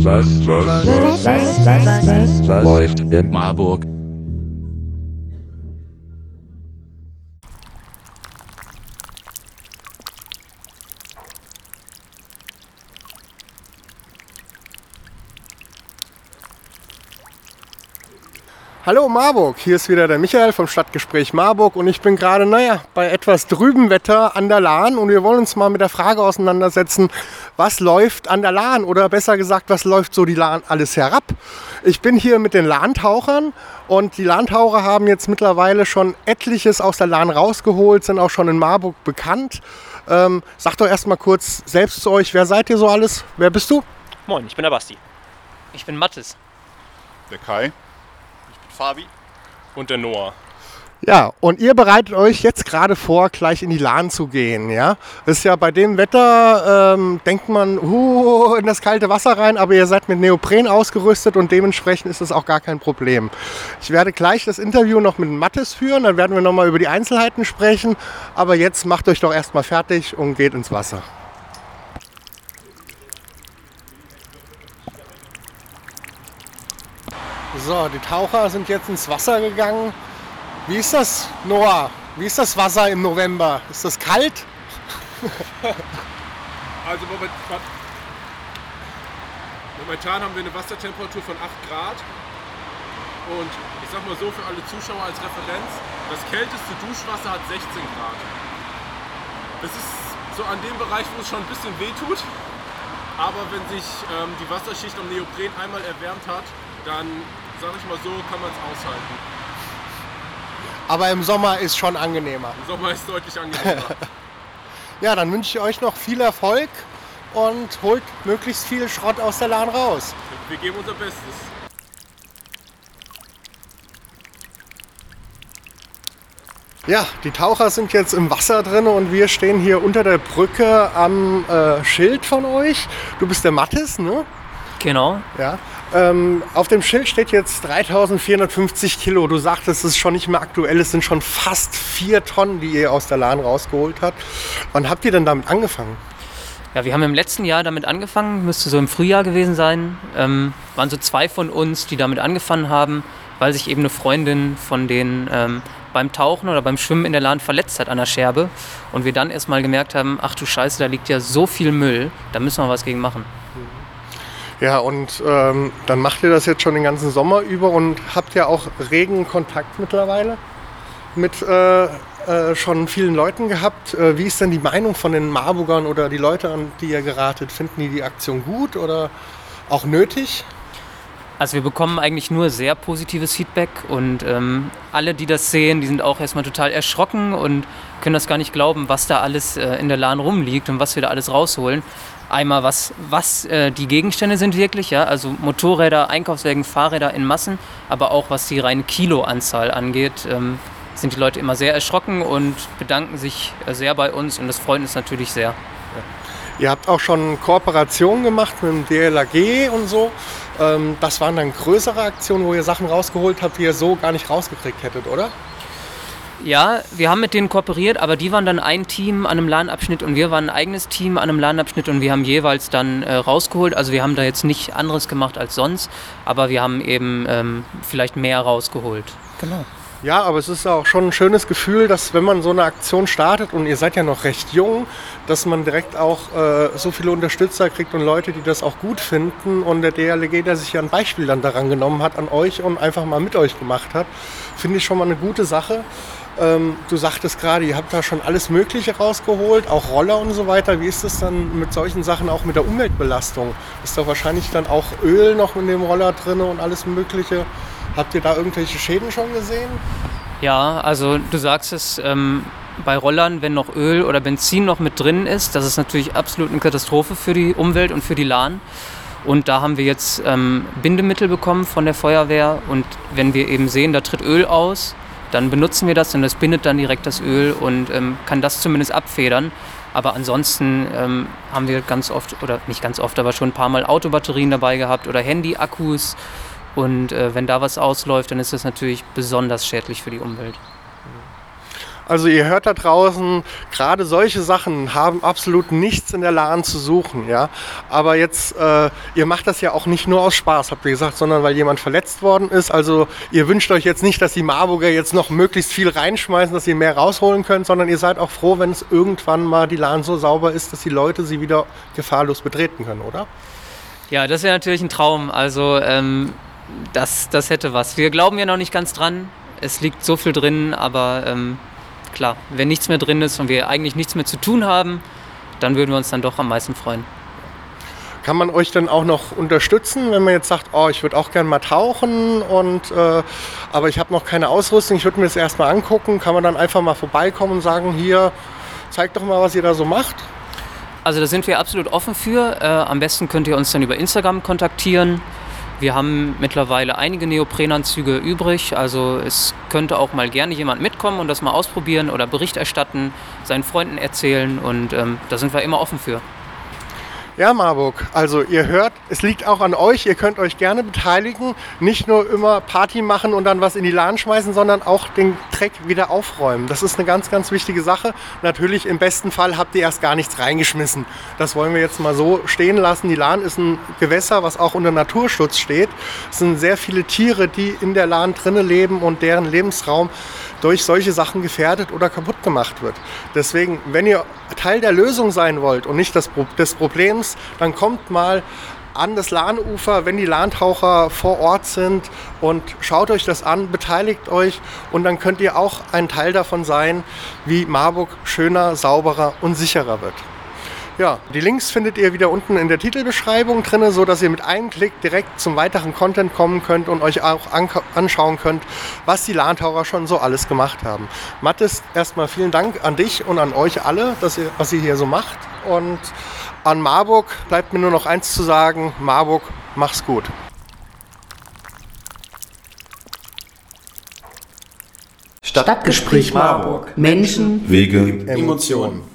Was läuft in Marburg? Hallo Marburg, hier ist wieder der Michael vom Stadtgespräch Marburg und ich bin gerade, bei etwas trübem Wetter an der Lahn und wir wollen uns mal mit der Frage auseinandersetzen, was läuft an der Lahn oder besser gesagt, was läuft so die Lahn alles herab? Ich bin hier mit den Lahntauchern und die Lahntaucher haben jetzt mittlerweile schon etliches aus der Lahn rausgeholt, sind auch schon in Marburg bekannt. Sagt doch erstmal kurz selbst zu euch, wer seid ihr so alles? Wer bist du? Moin, ich bin der Basti. Ich bin Mathis. Der Kai. Fabi. Und der Noah. Ja, und ihr bereitet euch jetzt gerade vor, gleich in die Lahn zu gehen, ja? Ist ja bei dem Wetter, denkt man, in das kalte Wasser rein, aber ihr seid mit Neopren ausgerüstet und dementsprechend ist das auch gar kein Problem. Ich werde gleich das Interview noch mit Mathis führen, dann werden wir nochmal über die Einzelheiten sprechen, aber jetzt macht euch doch erstmal fertig und geht ins Wasser. So, die Taucher sind jetzt ins Wasser gegangen. Wie ist das, Noah? Wie ist das Wasser im November? Ist das kalt? Also momentan haben wir eine Wassertemperatur von 8 Grad. Und ich sag mal so für alle Zuschauer als Referenz, das kälteste Duschwasser hat 16 Grad. Das ist so an dem Bereich, wo es schon ein bisschen weh tut. Aber wenn sich die Wasserschicht am Neopren einmal erwärmt hat, dann, sag ich mal so, kann man es aushalten. Aber im Sommer ist schon angenehmer. Im Sommer ist es deutlich angenehmer. Ja, dann wünsche ich euch noch viel Erfolg und holt möglichst viel Schrott aus der Lahn raus. Wir geben unser Bestes. Ja, die Taucher sind jetzt im Wasser drin und wir stehen hier unter der Brücke am Schild von euch. Du bist der Mathis, ne? Genau. Ja. Auf dem Schild steht jetzt 3450 Kilo. Du sagtest, es ist schon nicht mehr aktuell. Es sind schon fast 4 Tonnen, die ihr aus der Lahn rausgeholt habt. Wann habt ihr denn damit angefangen? Ja, wir haben im letzten Jahr damit angefangen, müsste so im Frühjahr gewesen sein. Waren so 2 von uns, die damit angefangen haben, weil sich eben eine Freundin von denen beim Tauchen oder beim Schwimmen in der Lahn verletzt hat an der Scherbe. Und wir dann erstmal gemerkt haben, ach du Scheiße, da liegt ja so viel Müll, da müssen wir was gegen machen. Ja, und dann macht ihr das jetzt schon den ganzen Sommer über und habt ja auch regen Kontakt mittlerweile mit schon vielen Leuten gehabt. Wie ist denn die Meinung von den Marburgern oder die Leute, an die ihr geratet? Finden die Aktion gut oder auch nötig? Also wir bekommen eigentlich nur sehr positives Feedback und alle, die das sehen, die sind auch erstmal total erschrocken und können das gar nicht glauben, was da alles in der Lahn rumliegt und was wir da alles rausholen. Einmal was die Gegenstände sind wirklich, ja, also Motorräder, Einkaufswagen, Fahrräder in Massen, aber auch was die reine Kiloanzahl angeht, sind die Leute immer sehr erschrocken und bedanken sich sehr bei uns und das freut uns natürlich sehr. Ihr habt auch schon Kooperationen gemacht mit dem DLRG und so. Das waren dann größere Aktionen, wo ihr Sachen rausgeholt habt, die ihr so gar nicht rausgekriegt hättet, oder? Ja, wir haben mit denen kooperiert, aber die waren dann ein Team an einem Lahnabschnitt und wir waren ein eigenes Team an einem Lahnabschnitt und wir haben jeweils dann rausgeholt. Also wir haben da jetzt nicht anderes gemacht als sonst, aber wir haben eben vielleicht mehr rausgeholt. Genau. Ja, aber es ist auch schon ein schönes Gefühl, dass wenn man so eine Aktion startet und ihr seid ja noch recht jung, dass man direkt auch so viele Unterstützer kriegt und Leute, die das auch gut finden und der DLRG, der sich ja ein Beispiel dann daran genommen hat an euch und einfach mal mit euch gemacht hat, finde ich schon mal eine gute Sache. Du sagtest gerade, ihr habt da schon alles Mögliche rausgeholt, auch Roller und so weiter. Wie ist es dann mit solchen Sachen auch mit der Umweltbelastung? Ist da wahrscheinlich dann auch Öl noch in dem Roller drin und alles Mögliche? Habt ihr da irgendwelche Schäden schon gesehen? Ja, also du sagst es, bei Rollern, wenn noch Öl oder Benzin noch mit drin ist, das ist natürlich absolut eine Katastrophe für die Umwelt und für die Lahn. Und da haben wir jetzt Bindemittel bekommen von der Feuerwehr und wenn wir eben sehen, da tritt Öl aus, dann benutzen wir das und das bindet dann direkt das Öl und kann das zumindest abfedern. Aber ansonsten haben wir ganz oft, oder nicht ganz oft, aber schon ein paar Mal Autobatterien dabei gehabt oder Handy-Akkus. Und wenn da was ausläuft, dann ist das natürlich besonders schädlich für die Umwelt. Also ihr hört da draußen, gerade solche Sachen haben absolut nichts in der Lahn zu suchen. Ja? Aber jetzt, ihr macht das ja auch nicht nur aus Spaß, habt ihr gesagt, sondern weil jemand verletzt worden ist. Also ihr wünscht euch jetzt nicht, dass die Marburger jetzt noch möglichst viel reinschmeißen, dass ihr mehr rausholen könnt, sondern ihr seid auch froh, wenn es irgendwann mal die Lahn so sauber ist, dass die Leute sie wieder gefahrlos betreten können, oder? Ja, das wäre natürlich ein Traum. Also das hätte was. Wir glauben ja noch nicht ganz dran. Es liegt so viel drin, aber klar, wenn nichts mehr drin ist und wir eigentlich nichts mehr zu tun haben, dann würden wir uns dann doch am meisten freuen. Kann man euch dann auch noch unterstützen, wenn man jetzt sagt, oh, ich würde auch gerne mal tauchen, aber ich habe noch keine Ausrüstung, ich würde mir das erstmal angucken, kann man dann einfach mal vorbeikommen und sagen, hier, zeigt doch mal, was ihr da so macht? Also da sind wir absolut offen für. Am besten könnt ihr uns dann über Instagram kontaktieren. Wir haben mittlerweile einige Neoprenanzüge übrig, also es könnte auch mal gerne jemand mitkommen und das mal ausprobieren oder Bericht erstatten, seinen Freunden erzählen und da sind wir immer offen für. Ja, Marburg, also ihr hört, es liegt auch an euch, ihr könnt euch gerne beteiligen, nicht nur immer Party machen und dann was in die Lahn schmeißen, sondern auch den Dreck wieder aufräumen. Das ist eine ganz, ganz wichtige Sache. Natürlich im besten Fall habt ihr erst gar nichts reingeschmissen. Das wollen wir jetzt mal so stehen lassen. Die Lahn ist ein Gewässer, was auch unter Naturschutz steht. Es sind sehr viele Tiere, die in der Lahn drinnen leben und deren Lebensraum durch solche Sachen gefährdet oder kaputt gemacht wird. Deswegen, wenn ihr Teil der Lösung sein wollt und nicht des Problems, dann kommt mal an das Lahnufer, wenn die Lahntaucher vor Ort sind und schaut euch das an, beteiligt euch und dann könnt ihr auch ein Teil davon sein, wie Marburg schöner, sauberer und sicherer wird. Ja, die Links findet ihr wieder unten in der Titelbeschreibung drin, so dass ihr mit einem Klick direkt zum weiteren Content kommen könnt und euch auch anschauen könnt, was die Lahntaucher schon so alles gemacht haben. Mathis, erstmal vielen Dank an dich und an euch alle, was ihr hier so macht. Und an Marburg bleibt mir nur noch eins zu sagen: Marburg, mach's gut. Stadtgespräch Marburg. Menschen, Wege, Emotionen.